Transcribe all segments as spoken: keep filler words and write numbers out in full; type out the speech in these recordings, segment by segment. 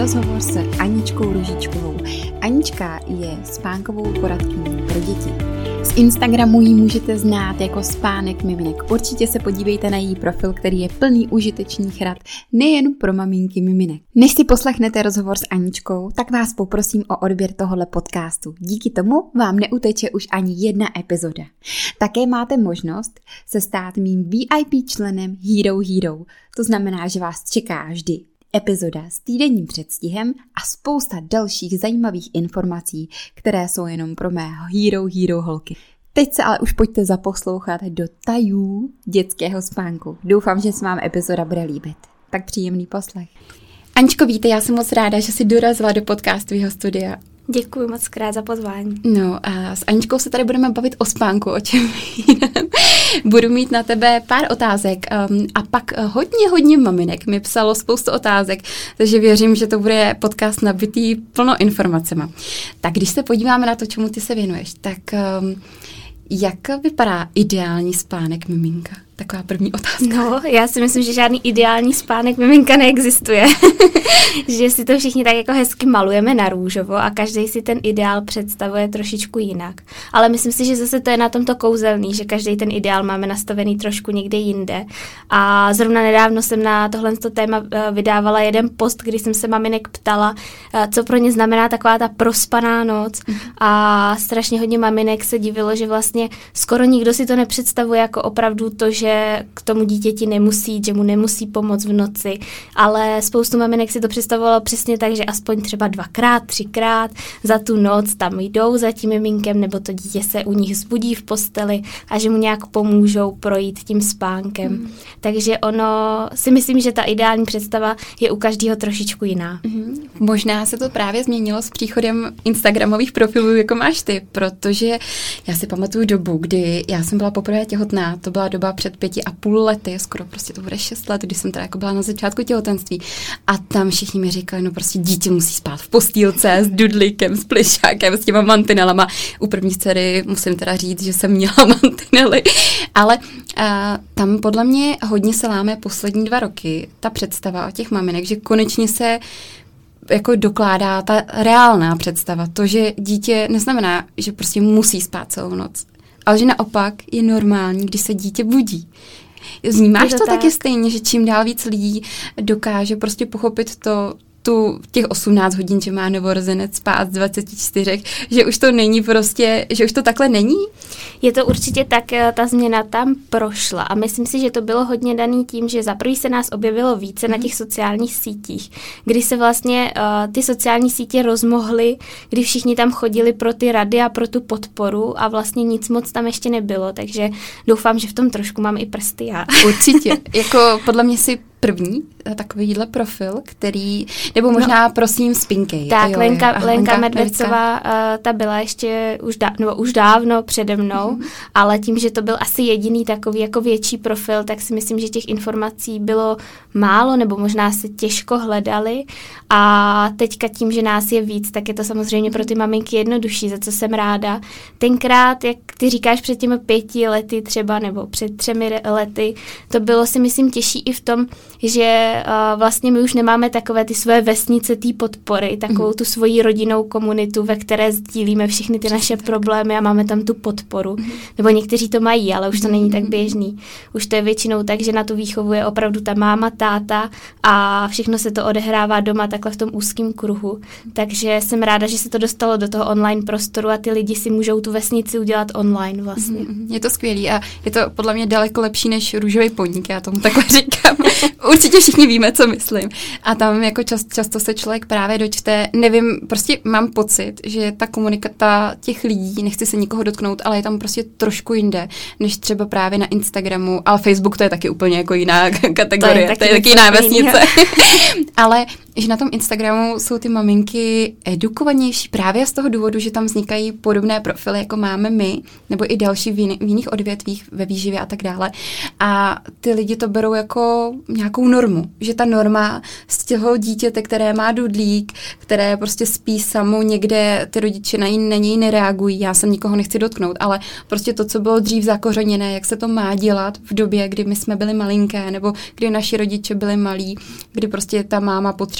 rozhovor s Aničkou Růžičkovou. Anička je spánkovou poradkyní pro děti. Z Instagramu ji můžete znát jako Spánek miminek. Určitě se podívejte na její profil, který je plný užitečných rad nejen pro maminky miminek. Než si poslechnete rozhovor s Aničkou, tak vás poprosím o odběr tohohle podcastu. Díky tomu vám neuteče už ani jedna epizoda. Také máte možnost se stát mým V I P členem Hero Hero. To znamená, že vás čeká vždy epizoda s týdenním předstihem a spousta dalších zajímavých informací, které jsou jenom pro mé Hero Hero holky. Teď se ale už pojďte zaposlouchat do tajů dětského spánku. Doufám, že se vám epizoda bude líbit. Tak příjemný poslech. Aničko, víte, já jsem moc ráda, že jsi dorazila do podcastového studia. Děkuji moc krát za pozvání. No a s Aničkou se tady budeme bavit o spánku, o čem jiném. Budu mít na tebe pár otázek um, a pak hodně, hodně maminek mi psalo spoustu otázek, takže věřím, že to bude podcast nabitý plno informacema. Tak když se podíváme na to, čemu ty se věnuješ, tak um, jak vypadá ideální spánek miminka? Taková první otázka. No, já si myslím, že žádný ideální spánek miminka neexistuje. Že si to všichni tak jako hezky malujeme na růžovo a každý si ten ideál představuje trošičku jinak. Ale myslím si, že zase to je na tomto kouzelný, že každý ten ideál máme nastavený trošku někde jinde. A zrovna nedávno jsem na tohle téma vydávala jeden post, kdy jsem se maminek ptala, co pro ně znamená taková ta prospaná noc. A strašně hodně maminek se divilo, že vlastně skoro nikdo si to nepředstavuje jako opravdu to, že k tomu dítěti nemusí jít, že mu nemusí pomoct v noci, ale spoustu maminek si to představovalo přesně tak, že aspoň třeba dvakrát, třikrát za tu noc tam jdou za tím miminkem, nebo to dítě se u nich zbudí v posteli a že mu nějak pomůžou projít tím spánkem. Mm. Takže ono, si myslím, že ta ideální představa je u každého trošičku jiná. Mm. Možná se to právě změnilo s příchodem instagramových profilů, jako máš ty, protože já si pamatuju dobu, kdy já jsem byla poprvé těhotná, to byla doba před pěti a půl lety, skoro prostě to bude šest let, když jsem teda jako byla na začátku těhotenství. A tam všichni mi říkali, no prostě dítě musí spát v postýlce s dudlíkem, s plišákem, s těma mantinelama. U první dcery musím teda říct, že jsem měla mantinely. Ale a, tam podle mě hodně se láme poslední dva roky ta představa o těch maminek, že konečně se jako dokládá ta reálná představa. To, že dítě neznamená, že prostě musí spát celou noc. Ale že naopak je normální, když se dítě budí. Vnímáš to, to tak? taky stejně, že čím dál víc lidí dokáže prostě pochopit to, tu těch osmnáct hodin, že má novorozenec spát z dvacet čtyři, že už to není prostě, že už to takhle není? Je to určitě tak, ta změna tam prošla a myslím si, že to bylo hodně daný tím, že za prvý se nás objevilo více mm. na těch sociálních sítích, kdy se vlastně uh, ty sociální sítě rozmohly, kdy všichni tam chodili pro ty rady a pro tu podporu a vlastně nic moc tam ještě nebylo, takže doufám, že v tom trošku mám i prsty já. Určitě, jako podle mě si první takovýhle profil, který, nebo možná no, prosím Spinkej. Tak, jo, Lenka, Lenka, Lenka Medvecová, uh, ta byla ještě už, dá, nebo už dávno přede mnou, mm-hmm. ale tím, že to byl asi jediný takový jako větší profil, tak si myslím, že těch informací bylo málo, nebo možná se těžko hledali a teďka tím, že nás je víc, tak je to samozřejmě pro ty maminky jednodušší, za co jsem ráda. Tenkrát, jak ty říkáš před těmi pěti lety třeba, nebo před třemi lety, to bylo si myslím těžší i v tom, že uh, vlastně my už nemáme takové ty své vesnice té podpory, takovou mm. tu svoji rodinnou komunitu, ve které sdílíme všechny ty naše problémy a máme tam tu podporu. Mm. Nebo někteří to mají, ale už to není tak běžný. Už to je většinou tak, že na tu výchovu je opravdu ta máma, táta a všechno se to odehrává doma takhle v tom úzkém kruhu. Takže jsem ráda, že se to dostalo do toho online prostoru a ty lidi si můžou tu vesnici udělat online vlastně. Mm. Je to skvělý a je to podle mě daleko lepší než růžový podnik, já tomu takhle říkám. Určitě všichni víme, co myslím. A tam jako čas, často se člověk právě dočte, nevím, prostě mám pocit, že ta komunikata těch lidí, nechci se nikoho dotknout, ale je tam prostě trošku jinde, než třeba právě na Instagramu, ale Facebook to je taky úplně jako jiná kategorie, to je taky, to je taky jiná vesnice. Ale že na tom Instagramu jsou ty maminky edukovanější právě z toho důvodu, že tam vznikají podobné profily, jako máme my, nebo i další v, jiný, v jiných odvětvích ve výživě a tak dále. A ty lidi to berou jako nějakou normu, že ta norma z těho dítěte, které má dudlík, které prostě spí samo někde, ty rodiče na, na něj nereagují, já se nikoho nechci dotknout, ale prostě to, co bylo dřív zakořeněné, jak se to má dělat v době, kdy my jsme byli malinké, nebo kdy naši rodiče byli malí, kdy prostě ta máma potřebovala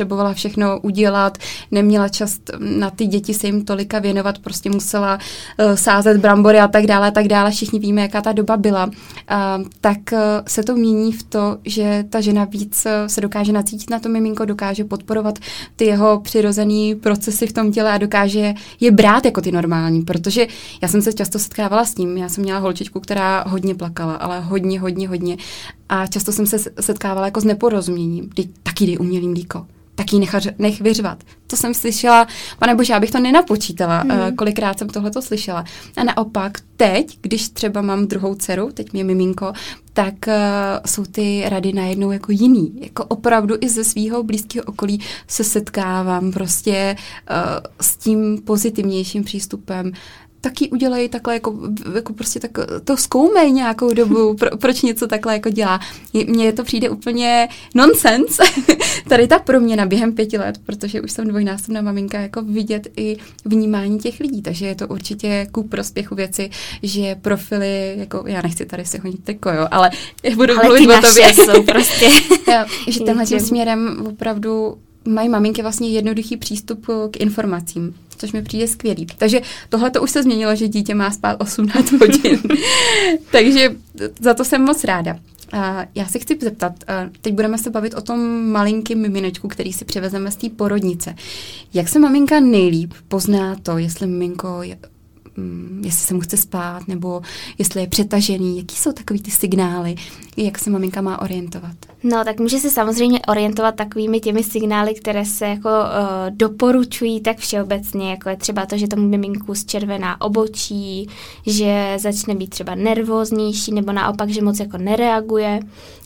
potřebovala všechno udělat, neměla čas na ty děti se jim tolika věnovat, prostě musela uh, sázet brambory a tak dále, a tak dále. Všichni víme, jaká ta doba byla. Uh, tak uh, se to mění v to, že ta žena víc uh, se dokáže nacítit na to miminko, dokáže podporovat ty jeho přirozený procesy v tom těle a dokáže je brát jako ty normální, protože já jsem se často setkávala s tím, já jsem měla holčičku, která hodně plakala, ale hodně, hodně, hodně a často jsem se setkávala jako s neporozuměním. Taky dej umělý mlíko, taky nech, nech vyřvat. To jsem slyšela, pane bože, já bych to nenapočítala, hmm. kolikrát jsem tohleto slyšela. A naopak teď, když třeba mám druhou dceru, teď mě miminko, tak uh, jsou ty rady najednou jako jiný. Jako opravdu i ze svého blízkého okolí se setkávám prostě uh, s tím pozitivnějším přístupem. Taky udělají takhle, jako, jako prostě tak, to zkoumej nějakou dobu, pro, proč něco takhle jako dělá. Mně to přijde úplně nonsense, tady ta proměna během pěti let, protože už jsem dvojnásobná maminka, jako vidět i vnímání těch lidí, takže je to určitě ku prospěchu věci, že profily, jako já nechci tady si honit triko, jo, ale budu ale mluvit o tobě. jsou prostě. Jo, že tenhle tím směrem opravdu mají maminky vlastně jednoduchý přístup k informacím, což mi přijde skvělý. Takže tohle to už se změnilo, že dítě má spát osmnáct hodin. Takže za to jsem moc ráda. A já se chci zeptat, teď budeme se bavit o tom malinkým miminečku, který si přivezeme z té porodnice. Jak se maminka nejlíp pozná to, jestli miminko je, jestli se mu chce spát, nebo jestli je přetažený, jaký jsou takový ty signály, jak se maminka má orientovat? No, tak může se samozřejmě orientovat takovými těmi signály, které se jako uh, doporučují tak všeobecně, jako je třeba to, že tomu miminku zčervená obočí, že začne být třeba nervóznější, nebo naopak, že moc jako nereaguje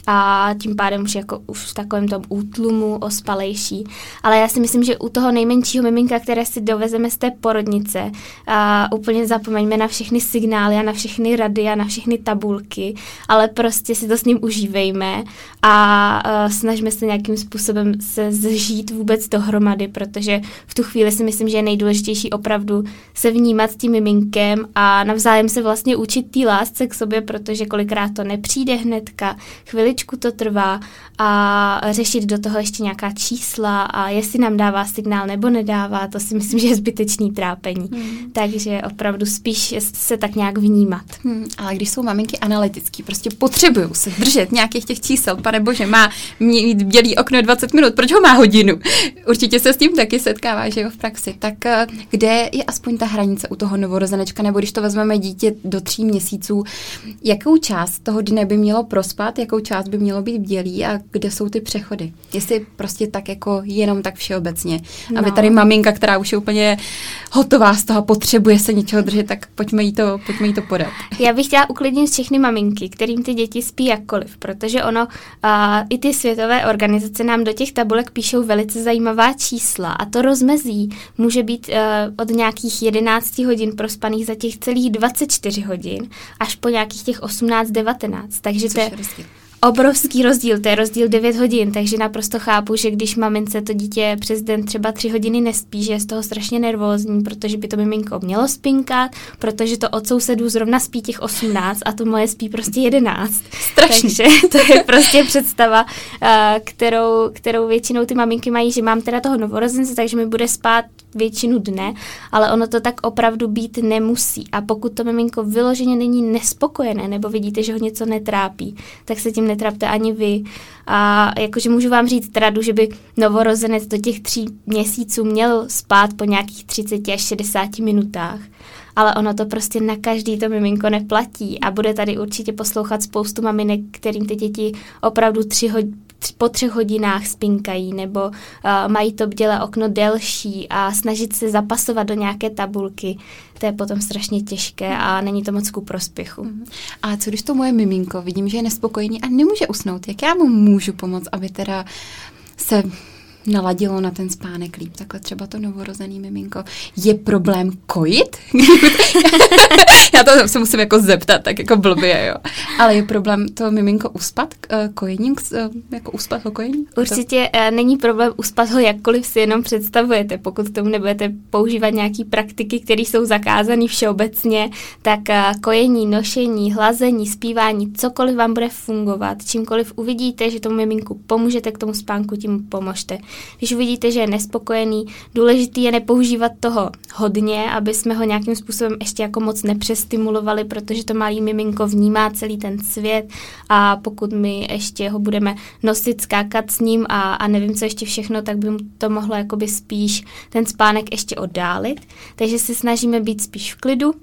a tím pádem už jako už v takovém tom útlumu ospalejší. Ale já si myslím, že u toho nejmenšího miminka, které si dovezeme z té porodnice, a úplně zapomeňme na všechny signály a na všechny rady a na všechny tabulky, ale prostě si to s ním užívejme a a snažíme se nějakým způsobem se zžít vůbec dohromady, protože v tu chvíli si myslím, že je nejdůležitější opravdu se vnímat s tím miminkem a navzájem se vlastně učit té lásce k sobě, protože kolikrát to nepřijde hnedka, chviličku to trvá a řešit do toho ještě nějaká čísla a jestli nám dává signál nebo nedává, to si myslím, že je zbytečný trápení. Hmm. Takže opravdu spíš se tak nějak vnímat. Hmm. Ale když jsou maminky analytický, prostě potřebují se držet nějakých těch čísel, pane bože, má mít bělý okno dvacet minut, proč ho má hodinu? Určitě se s tím taky setkává, že jo, v praxi. Tak kde je aspoň ta hranice u toho novorozenečka, nebo když to vezmeme dítě do tří měsíců, jakou část toho dne by mělo prospat, jakou část by mělo být bdělý a kde jsou ty přechody? Jestli prostě tak jako jenom tak všeobecně. No. Aby tady maminka, která už je úplně hotová z toho, potřebuje se něčeho držet, tak pojďme jí to, pojďme jí to podat. Já bych chtěla uklidnit všechny maminky, kterým ty děti spí jakkoliv, protože ono a, i ty světové organizace nám do těch tabulek píšou velice zajímavá čísla a to rozmezí může být uh, od nějakých jedenáct hodin prospaných za těch celých dvacet čtyři hodin až po nějakých těch osmnáct devatenáct. Takže to je obrovský rozdíl, to je rozdíl devět hodin, takže naprosto chápu, že když mamince to dítě přes den třeba tři hodiny nespí, že je z toho strašně nervózní, protože by to miminko mělo spinkat, protože to od sousedů zrovna spí těch osmnáct a to moje spí prostě jedenáct. Strašně. Takže to je prostě představa, kterou, kterou většinou ty maminky mají, že mám teda toho novorozence, takže mi bude spát většinu dne, ale ono to tak opravdu být nemusí. A pokud to miminko vyloženě není nespokojené, nebo vidíte, že ho něco netrápí, tak se tím netrapte ani vy. A jakože můžu vám říct radu, že by novorozenec do těch tří měsíců měl spát po nějakých třicet až šedesát minutách. Ale ono to prostě na každý to miminko neplatí a bude tady určitě poslouchat spoustu maminek, kterým ty děti opravdu tři ho, tři, po třech hodinách spinkají nebo uh, mají to bdělé okno delší a snažit se zapasovat do nějaké tabulky. To je potom strašně těžké a není to moc ku prospěchu. A co když to moje miminko vidím, že je nespokojený a nemůže usnout? Jak já mu můžu pomoct, aby teda se naladilo na ten spánek líp, takhle třeba to novorozený miminko. Je problém kojit? Já to se musím jako zeptat, tak jako blbě, jo. Ale je problém to miminko uspat kojením, jako uspat ho kojení? Určitě to není problém uspat ho jakkoliv si jenom představujete. Pokud tomu nebudete používat nějaký praktiky, které jsou zakázané všeobecně, tak kojení, nošení, hlazení, zpívání, cokoliv vám bude fungovat, čímkoliv uvidíte, že tomu miminku pomůžete k tomu spánku, tím pomožte. Když uvidíte, že je nespokojený, důležitý je nepoužívat toho hodně, aby jsme ho nějakým způsobem ještě jako moc nepřestimulovali, protože to malý miminko vnímá celý ten svět a pokud my ještě ho budeme nosit, skákat s ním a, a nevím, co ještě všechno, tak by mu to mohlo jakoby spíš ten spánek ještě oddálit. Takže se snažíme být spíš v klidu.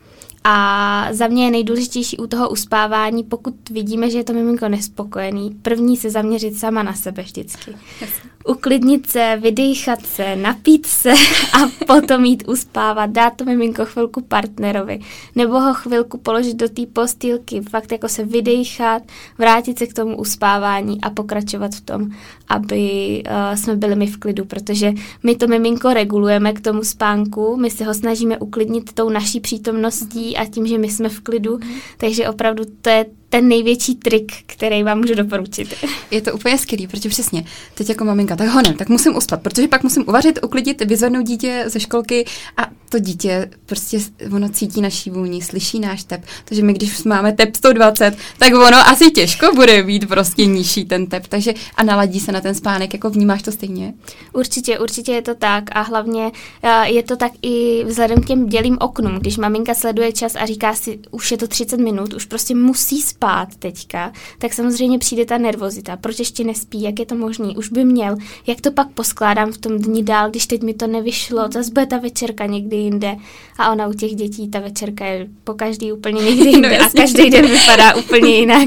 A za mě je nejdůležitější u toho uspávání, pokud vidíme, že je to miminko nespokojený, první se zaměřit sama na sebe vždycky. Uklidnit se, vydýchat se, napít se a potom jít uspávat, dát to miminko chvilku partnerovi, nebo ho chvilku položit do té postýlky, fakt jako se vydýchat, vrátit se k tomu uspávání a pokračovat v tom, aby uh, jsme byli my v klidu, protože my to miminko regulujeme k tomu spánku, my se ho snažíme uklidnit tou naší přítomností a tím, že my jsme v klidu, mm. takže opravdu to je ten největší trik, který vám můžu doporučit. Je to úplně skvělý, protože přesně, teď jako maminka, tak honem, tak musím uspat, protože pak musím uvařit, uklidit, vyzvednout dítě ze školky a to dítě prostě ono cítí naší vůni, slyší náš tep, takže my když máme tep sto dvacet, tak ono asi těžko bude být prostě nižší ten tep, takže a naladí se na ten spánek, jako vnímáš to stejně? Určitě, určitě je to tak a hlavně je to tak i vzhledem k těm dělým oknům, když maminka sleduje čas a říká si, už je to třicet minut, už prostě musí spát teďka, tak samozřejmě přijde ta nervozita. Proč ještě nespí? Jak je to možný? Už by měl. Jak to pak poskládám v tom dni dál, když teď mi to nevyšlo? Zase bude ta večerka někdy jinde. A ona u těch dětí, ta večerka je po každý úplně někdy jinde no, a každý den vypadá úplně jinak.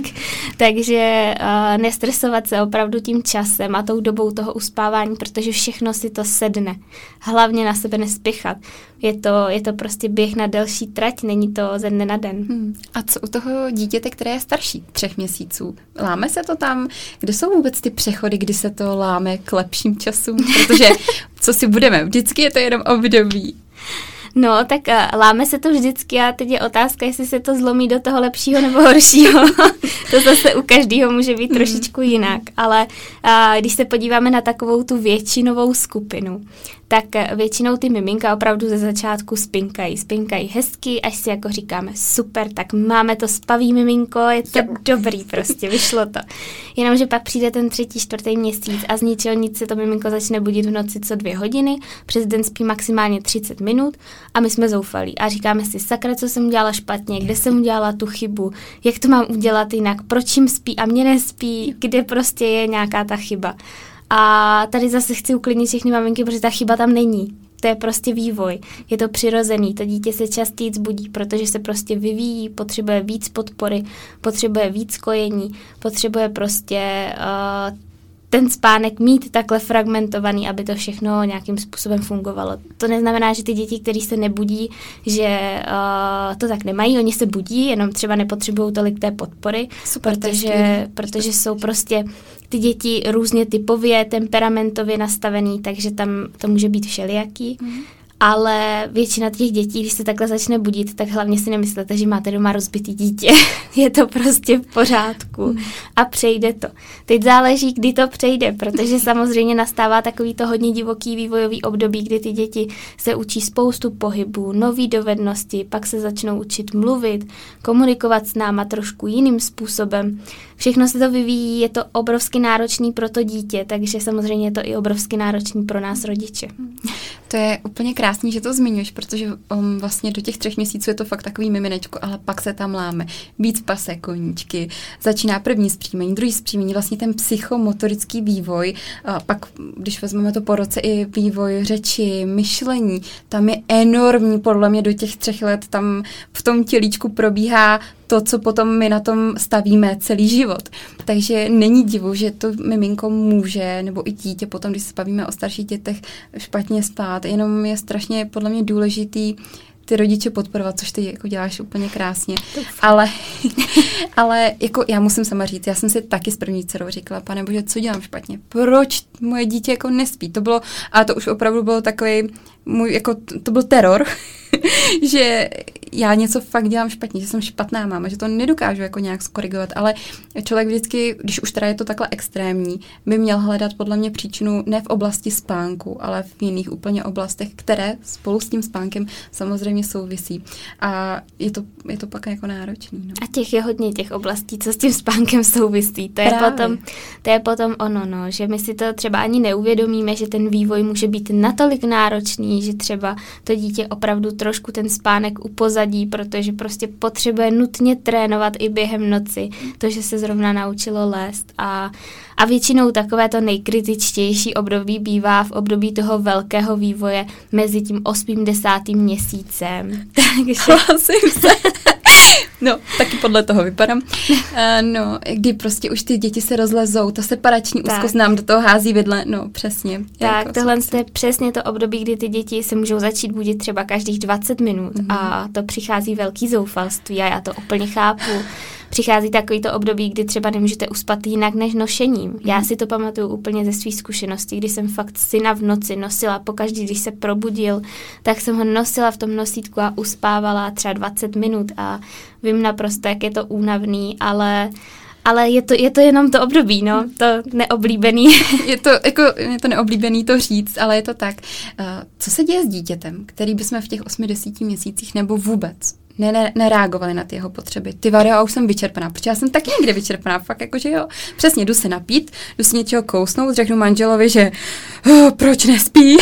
Takže uh, nestresovat se opravdu tím časem a tou dobou toho uspávání, protože všechno si to sedne. Hlavně na sebe nespěchat. Je to, je to prostě běh na delší trať, není to ze dne na den. Hmm. A co u toho dítěte, které je starší, třech měsíců? Láme se to tam? Kde jsou vůbec ty přechody, kdy se to láme k lepším časům? Protože co si budeme, vždycky je to jenom období. No, tak uh, láme se to vždycky a teď je otázka, jestli se to zlomí do toho lepšího nebo horšího. To zase u každého může být trošičku jinak, ale uh, když se podíváme na takovou tu většinovou skupinu, tak většinou ty miminka opravdu ze začátku spinkají. Spinkají hezky, až si jako říkáme super, tak máme to spavý miminko, je to dobrý prostě, vyšlo to. Jenomže pak přijde ten třetí, čtvrtý měsíc a z ničeho nic se to miminko začne budit v noci co dvě hodiny, přes den spí maximálně třicet minut a my jsme zoufalí a říkáme si, sakra, co jsem udělala špatně, kde jsem udělala tu chybu, jak to mám udělat jinak, proč jim spí a mě nespí, kde prostě je nějaká ta chyba. A tady zase chci uklidnit všechny maminky, protože ta chyba tam není. To je prostě vývoj. Je to přirozený. To dítě se častěji budí, protože se prostě vyvíjí, potřebuje víc podpory, potřebuje víc kojení, potřebuje prostě uh, ten spánek mít takhle fragmentovaný, aby to všechno nějakým způsobem fungovalo. To neznamená, že ty děti, které se nebudí, že uh, to tak nemají, oni se budí, jenom třeba nepotřebují tolik té podpory, Super, protože, protože jsou prostě ty děti různě typově, temperamentově nastavený, takže tam to může být všelijaký. Mm. Ale většina těch dětí, když se takhle začne budit, tak hlavně si nemyslete, že máte doma rozbitý dítě. Je to prostě v pořádku mm. a přejde to. Teď záleží, kdy to přejde, protože samozřejmě nastává takový to hodně divoký vývojový období, kdy ty děti se učí spoustu pohybů, nový dovednosti, pak se začnou učit mluvit, komunikovat s náma trošku jiným způsobem. Všechno se to vyvíjí, je to obrovsky náročný pro to dítě, takže samozřejmě je to i obrovsky náročný pro nás rodiče. To je úplně krásný, že to zmiňuješ, protože um, vlastně do těch třech měsíců je to fakt takový miminečko, ale pak se tam láme. Víc pase koníčky, začíná první zpříjmení, druhý zpříjmení, vlastně ten psychomotorický vývoj, a pak, když vezmeme to po roce, i vývoj řeči, myšlení, tam je enormní, podle mě do těch třech let, tam v tom tělíčku probíhá to, co potom my na tom stavíme celý život. Takže není divu, že to miminko může, nebo i dítě potom, když se bavíme o starších dětech, špatně spát. Jenom je strašně podle mě důležitý ty rodiče podporovat, což ty jako děláš úplně krásně. Ale, ale jako já musím sama říct, já jsem si taky s první dcerou říkala, pane bože, co dělám špatně? Proč moje dítě jako nespí? To bylo, a to už opravdu bylo takový můj, jako to byl teror, že já něco fakt dělám špatně, že jsem špatná máma, že to nedokážu jako nějak skorigovat, ale člověk vždycky, když už teda je to takhle extrémní, by měl hledat podle mě příčinu ne v oblasti spánku, ale v jiných úplně oblastech, které spolu s tím spánkem samozřejmě souvisí. A je to, je to pak jako náročný. No. A těch je hodně těch oblastí, co s tím spánkem souvisí. To je, potom, to je potom ono, no, že my si to třeba ani neuvědomíme, že ten vývoj může být natolik náročný, že třeba to dítě opravdu trošku ten spánek upozadí, protože prostě potřebuje nutně trénovat i během noci. To, že se zrovna naučilo lézt. A, a většinou takové to nejkritičtější období bývá v období toho velkého vývoje mezi tím osmým desátým měsícem. Takže... Hlasím se. No, taky podle toho vypadám. Uh, no, kdy prostě už ty děti se rozlezou, ta separační úzkost nám do toho hází vidle, no přesně. Tak, jako tohle je přesně to období, kdy ty děti se můžou začít budit třeba každých dvacet minut mm-hmm. a to přichází velký zoufalství a já to úplně chápu. Přichází takový to období, kdy třeba nemůžete uspat jinak než nošením. Mm. Já si to pamatuju úplně ze svých zkušeností, kdy jsem fakt syna v noci nosila, pokaždý, když se probudil, tak jsem ho nosila v tom nosítku a uspávala třeba dvacet minut a vím naprosto, jak je to únavný, ale... Ale je to, je to jenom to období, no, to neoblíbený. Je to, jako, je to neoblíbený to říct, ale je to tak. Uh, co se děje s dítětem, který bychom v těch osmi desíti měsících nebo vůbec ne, ne, nereagovali na ty jeho potřeby? Ty Vary, já už jsem vyčerpaná, protože já jsem taky někde vyčerpaná, fakt jakože jo. Přesně, jdu se napít, jdu si něčeho kousnout, řeknu manželovi, že oh, proč nespí,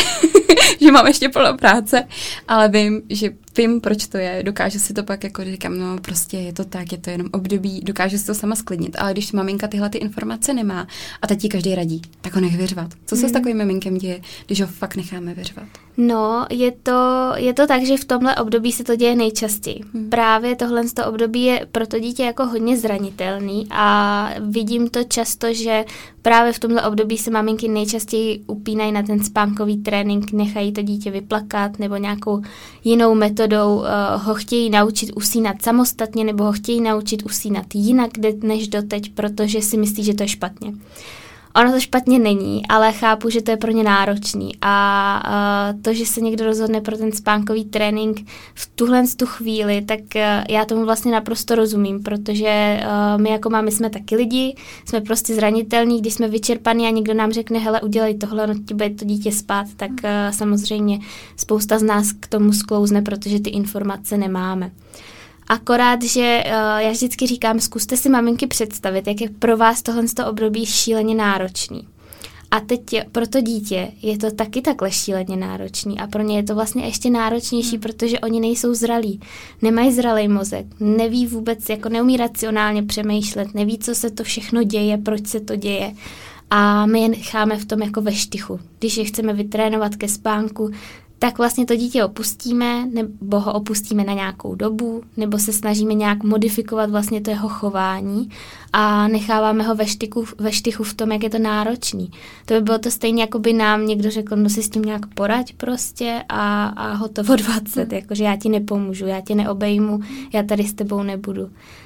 že mám ještě plno práce, ale vím, že vím, proč to je, dokážu si to pak jako říkám, no prostě je to tak, je to jenom období, dokážu si to sama sklidnit, ale když maminka tyhle ty informace nemá a teď ti každý radí, tak ho nech vyřvat. Co se hmm. s takovým maminkem děje, když ho fakt necháme vyřvat? No, je to, je to tak, že v tomhle období se to děje nejčastěji. Hmm. Právě tohle z toho období je pro to dítě jako hodně zranitelný a vidím to často, že právě v tomhle období se maminky nejčastěji upínají na ten spánkový trénink, nechají to dítě vyplakat nebo nějakou jinou metodou uh, ho chtějí naučit usínat samostatně nebo ho chtějí naučit usínat jinak než doteď, protože si myslí, že to je špatně. Ono to špatně není, ale chápu, že to je pro ně náročný a uh, to, že se někdo rozhodne pro ten spánkový trénink v tuhle tu chvíli, tak uh, já tomu vlastně naprosto rozumím, protože uh, my jako mámy jsme taky lidi, jsme prostě zranitelní, když jsme vyčerpaní a někdo nám řekne, hele, udělej tohle, no ti bude to dítě spát, tak uh, samozřejmě spousta z nás k tomu sklouzne, protože ty informace nemáme. Akorát, že uh, já vždycky říkám, zkuste si maminky představit, jak je pro vás tohle období šíleně náročný. A teď je, pro to dítě je to taky takhle šíleně náročný a pro ně je to vlastně ještě náročnější, protože oni nejsou zralí, nemají zralej mozek, neví vůbec, jako neumí racionálně přemýšlet, neví, co se to všechno děje, proč se to děje. A my je necháme v tom jako ve štychu. Když je chceme vytrénovat ke spánku, tak vlastně to dítě opustíme, nebo ho opustíme na nějakou dobu, nebo se snažíme nějak modifikovat vlastně to jeho chování a necháváme ho ve štychu, ve štychu v tom, jak je to náročný. To by bylo to stejně, jako by nám někdo řekl, no si s tím nějak poraď prostě a, a hotovo dvacet, mm. jakože já ti nepomůžu, já tě neobejmu, já tady s tebou nebudu.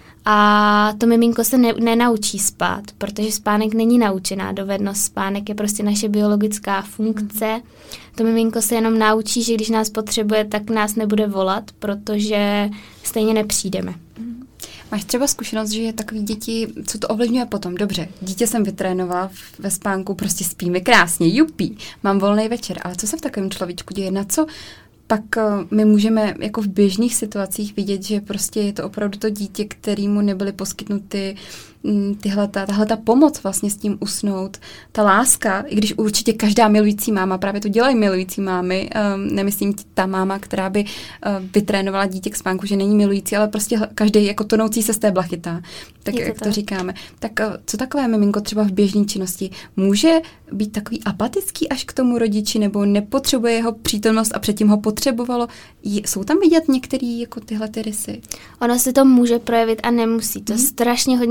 A to miminko se ne, nenaučí spát, protože spánek není naučená dovednost. Spánek je prostě naše biologická funkce. To miminko se jenom naučí, že když nás potřebuje, tak nás nebude volat, protože stejně nepřijdeme. Máš třeba zkušenost, že je takový děti, co to ovlivňuje potom? Dobře, dítě jsem vytrénovala ve spánku, prostě spíme krásně, jupí, mám volný večer, ale co se v takovém človíčku děje? Na co pak my můžeme jako v běžných situacích vidět, že prostě je to opravdu to dítě, kterému nebyly poskytnuty tyhle, ta, tahle ta pomoc vlastně s tím usnout, ta láska, i když určitě každá milující máma, právě to dělají milující mámy, um, nemyslím ta máma, která by uh, vytrénovala dítě k spánku, že není milující, ale prostě každý jako tonoucí se z té blachytá, tak to jak tak. to říkáme. Tak uh, co takové miminko třeba v běžné činnosti může být takový apatický až k tomu rodiči, nebo nepotřebuje jeho přítomnost a předtím ho potřebovalo? Je, jsou tam vidět některé jako tyhle ty rysy? Ono se to může projevit a nemusí. To hmm. strašně hodně závisí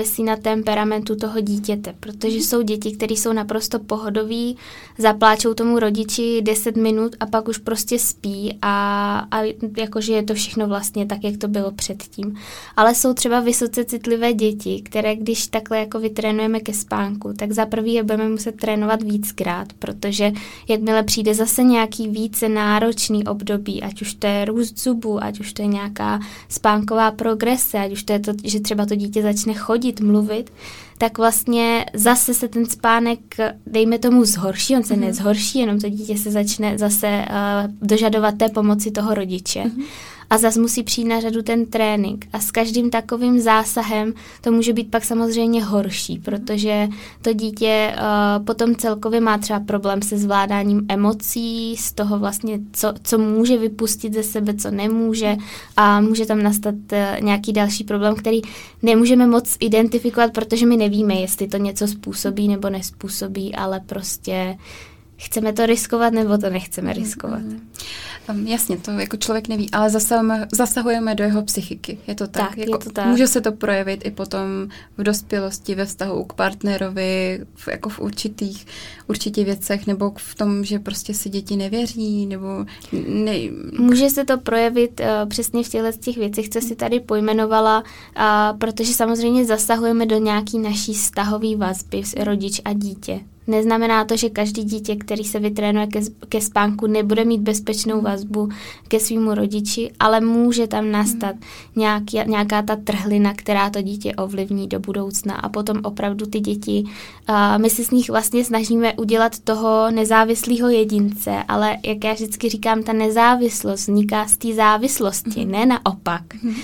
závisí na temperamentu toho dítěte, protože jsou děti, které jsou naprosto pohodoví, zapláčou tomu rodiči deset minut a pak už prostě spí a, a jakože je to všechno vlastně tak, jak to bylo předtím. Ale jsou třeba vysoce citlivé děti, které když takhle jako vytrénujeme ke spánku, tak za prvý je budeme muset trénovat víckrát, protože jakmile přijde zase nějaký více náročný období, ať už to je růst zubů, ať už to je nějaká spánková progrese, ať už to je to, že třeba to dítě začne chodit, mluvit, tak vlastně zase se ten spánek, dejme tomu, zhorší, on se mm-hmm. nezhorší, jenom to dítě se začne zase uh, dožadovat té pomoci toho rodiče. Mm-hmm. A zase musí přijít na řadu ten trénink. A s každým takovým zásahem to může být pak samozřejmě horší, protože to dítě uh, potom celkově má třeba problém se zvládáním emocí, z toho vlastně, co, co může vypustit ze sebe, co nemůže a může tam nastat uh, nějaký další problém, který nemůžeme moc identifikovat, protože my nevíme, jestli to něco způsobí nebo nespůsobí, ale prostě chceme to riskovat, nebo to nechceme riskovat. Mm, um, jasně, to jako člověk neví, ale zasahujeme, zasahujeme do jeho psychiky. Je to tak? tak, jako, je to tak. Může se to projevit i potom v dospělosti, ve vztahu k partnerovi, v, jako v určitých určitě věcech, nebo v tom, že prostě si děti nevěří, nebo... Ne... Může se to projevit uh, přesně v těchto těch věcech, co jsi tady pojmenovala, uh, protože samozřejmě zasahujeme do nějaký naší vztahové vazby, rodič a dítě. Neznamená to, že každý dítě, který se vytrénuje ke, ke spánku, nebude mít bezpečnou vazbu ke svýmu rodiči, ale může tam nastat nějaký, nějaká ta trhlina, která to dítě ovlivní do budoucna a potom opravdu ty děti, uh, my se s nich vlastně snažíme udělat toho nezávislého jedince, ale jak já vždycky říkám, ta nezávislost vzniká z té závislosti, ne naopak.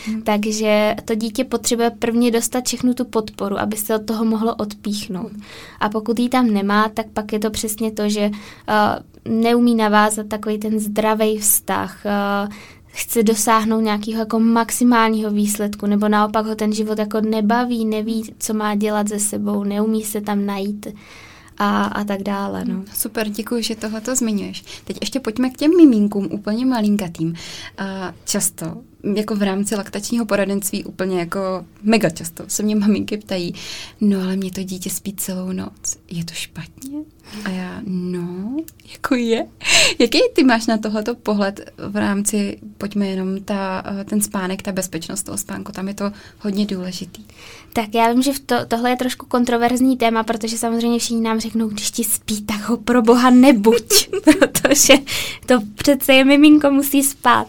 Takže to dítě potřebuje prvně dostat všechnu tu podporu, aby se od toho mohlo odpíchnout. A pokud jí tam nemá, tak pak je to přesně to, že uh, neumí navázat takový ten zdravý vztah, uh, chce dosáhnout nějakého jako maximálního výsledku, nebo naopak ho ten život jako nebaví, neví, co má dělat se sebou, neumí se tam najít a, a tak dále. No. Super, děkuji, že tohle to zmiňuješ. Teď ještě pojďme k těm miminkům, úplně malinkatým. Uh, často, jako v rámci laktačního poradenství, úplně jako mega často se mě maminky ptají, no ale mě to dítě spí celou noc, je to špatně? A já, no, jako je. Jaký ty máš na tohleto pohled v rámci, pojďme jenom ta, ten spánek, ta bezpečnost toho spánku, tam je to hodně důležitý. Tak já vím, že to, tohle je trošku kontroverzní téma, protože samozřejmě všichni nám řeknou, když ti spí, tak ho pro boha nebuď, protože to přece je miminko, musí spát.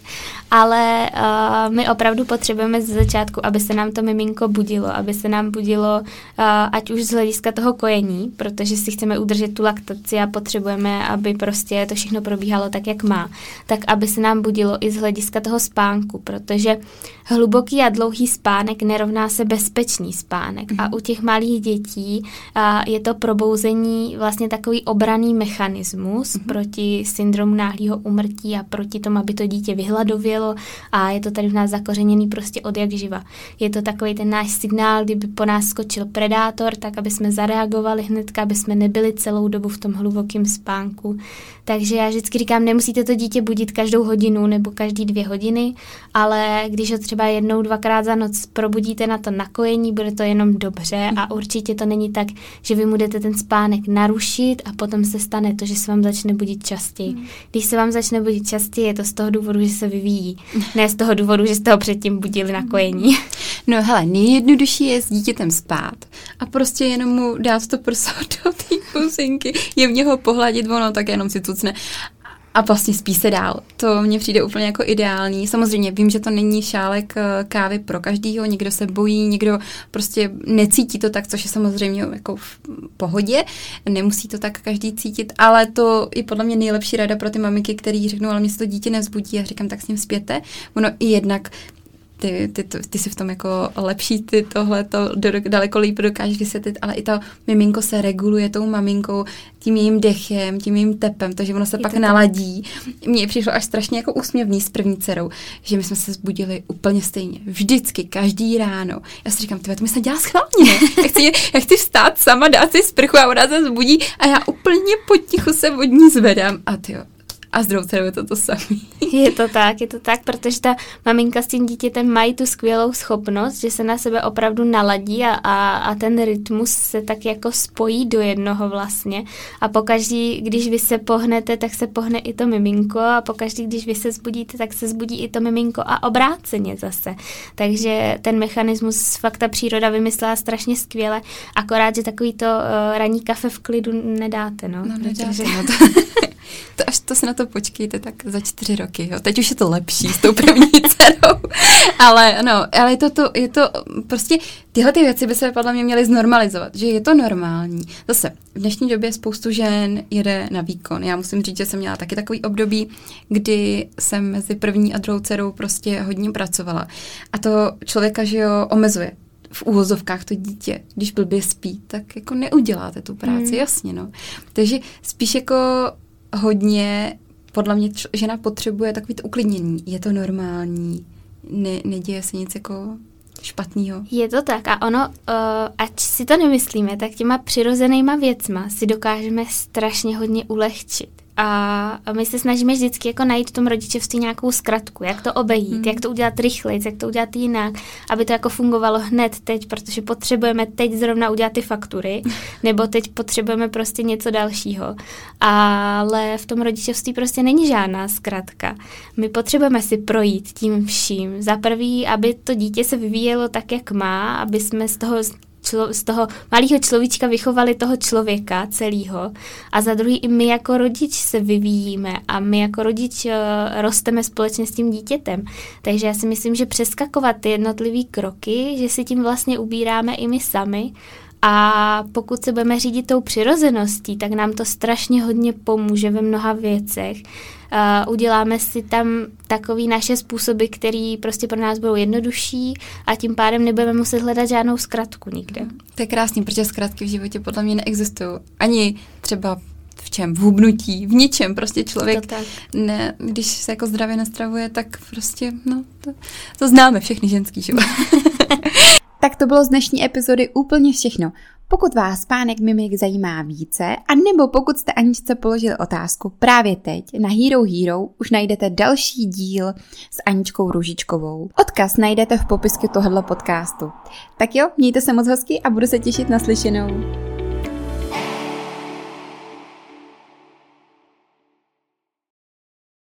Ale uh, my opravdu potřebujeme ze začátku, aby se nám to miminko budilo, aby se nám budilo, uh, ať už z hlediska toho kojení, protože si chceme udržet tu laktaci a potřebujeme, aby prostě to všechno probíhalo tak, jak má, tak aby se nám budilo i z hlediska toho spánku, protože hluboký a dlouhý spánek nerovná se bezpečný spánek. Mm. A u těch malých dětí uh, je to probouzení vlastně takový obranný mechanismus mm. proti syndromu náhlého úmrtí a proti tomu, aby to dítě vyhladovělo, a je to tady v nás zakořeněný prostě od jak živa. Je to takový ten náš signál, kdyby po nás skočil predátor, tak aby jsme zareagovali hnedka, aby jsme nebyli celou dobu v tom hlubokém spánku. Takže já vždycky říkám, nemusíte to dítě budit každou hodinu nebo každý dvě hodiny, ale když ho třeba jednou, dvakrát za noc probudíte na to nakojení, bude to jenom dobře a určitě to není tak, že vy budete ten spánek narušit a potom se stane to, že se vám začne budit častěji. Když se vám začne budit častěji, je to z toho důvodu, že se vyvíjí. Ne z toho důvodu, že jste ho předtím budili na kojení. No hele, nejjednodušší je s dítětem spát a prostě jenom mu dát to prso do té pusinky, jemně ho pohladit, ono tak jenom si cucne a vlastně spí se dál. To mně přijde úplně jako ideální. Samozřejmě vím, že to není šálek kávy pro každýho, někdo se bojí, někdo prostě necítí to tak, což je samozřejmě jako v pohodě, nemusí to tak každý cítit, ale to je podle mě nejlepší rada pro ty maminky, který řeknou, ale mě se to dítě nevzbudí a říkám, tak s ním spěte. Ono i jednak Ty, ty, ty, ty si v tom jako lepší, ty tohle to daleko líp dokážeš vysvětlit, ale i to miminko se reguluje tou maminkou, tím jejím dechem, tím jejím tepem, takže ono se je pak naladí. Mně přišlo až strašně jako úsměvný s první dcerou, že my jsme se zbudili úplně stejně. Vždycky, každý ráno. Já si říkám, tyhle, to mi se dělá schválně. Já chci, já chci vstát sama, dát si sprchu a ona se zbudí a já úplně potichu se od ní zvedám a tyjo. A s druhou dcerou je to to samé. Je to tak, je to tak, protože ta maminka s tím dítětem mají tu skvělou schopnost, že se na sebe opravdu naladí a, a, a ten rytmus se tak jako spojí do jednoho vlastně. A pokaždý, když vy se pohnete, tak se pohne i to miminko a pokaždý, když vy se zbudíte, tak se zbudí i to miminko a obráceně zase. Takže ten mechanismus fakt ta příroda vymyslela strašně skvěle, akorát, že takový to uh, ranní kafe v klidu nedáte, no. No nedáte, protože... no to... To až to se na to počkejte tak za čtyři roky, jo. Teď už je to lepší s tou první dcerou. ale no, ale je to, to, je to prostě, tyhle ty věci by se podle mě měly znormalizovat, že je to normální. Zase, v dnešní době spoustu žen jede na výkon. Já musím říct, že jsem měla taky takový období, kdy jsem mezi první a druhou dcerou prostě hodně pracovala. A to člověka, že jo, omezuje. V úvozovkách to dítě, když blbě spí, tak jako neuděláte tu práci, hmm. jasně, no. Takže spíš jako hodně, podle mě č- žena potřebuje takový to uklidnění. Je to normální, ne, neděje se nic jako špatného. Je to tak a ono, uh, ať si to nemyslíme, tak těma přirozenýma věcma si dokážeme strašně hodně ulehčit. A my se snažíme vždycky jako najít v tom rodičovství nějakou zkratku, jak to obejít, hmm. jak to udělat rychleji, jak to udělat jinak, aby to jako fungovalo hned teď, protože potřebujeme teď zrovna udělat ty faktury, nebo teď potřebujeme prostě něco dalšího. Ale v tom rodičovství prostě není žádná zkratka. My potřebujeme si projít tím vším. Za prvý, aby to dítě se vyvíjelo tak, jak má, aby jsme z toho Člo, z toho malého človíčka vychovali toho člověka celýho a za druhý i my jako rodič se vyvíjíme a my jako rodič uh, rosteme společně s tím dítětem. Takže já si myslím, že přeskakovat ty jednotlivý kroky, že si tím vlastně ubíráme i my sami a pokud se budeme řídit tou přirozeností, tak nám to strašně hodně pomůže ve mnoha věcech. Uh, uděláme si tam takový naše způsoby, které prostě pro nás budou jednodušší a tím pádem nebudeme muset hledat žádnou zkratku nikde. To je krásný, protože zkratky v životě podle mě neexistují. Ani třeba v čem? V hubnutí, v ničem. Prostě člověk, ne, když se jako zdravě nastravuje, tak prostě, no, to, to známe všechny ženský život. Tak to bylo z dnešní epizody úplně všechno. Pokud vás Pánek mimik zajímá více, anebo pokud jste Aničce položili otázku právě teď, na Hero Hero už najdete další díl s Aničkou Růžičkovou. Odkaz najdete v popisku tohoto podcastu. Tak jo, mějte se moc hezky a budu se těšit na slyšenou.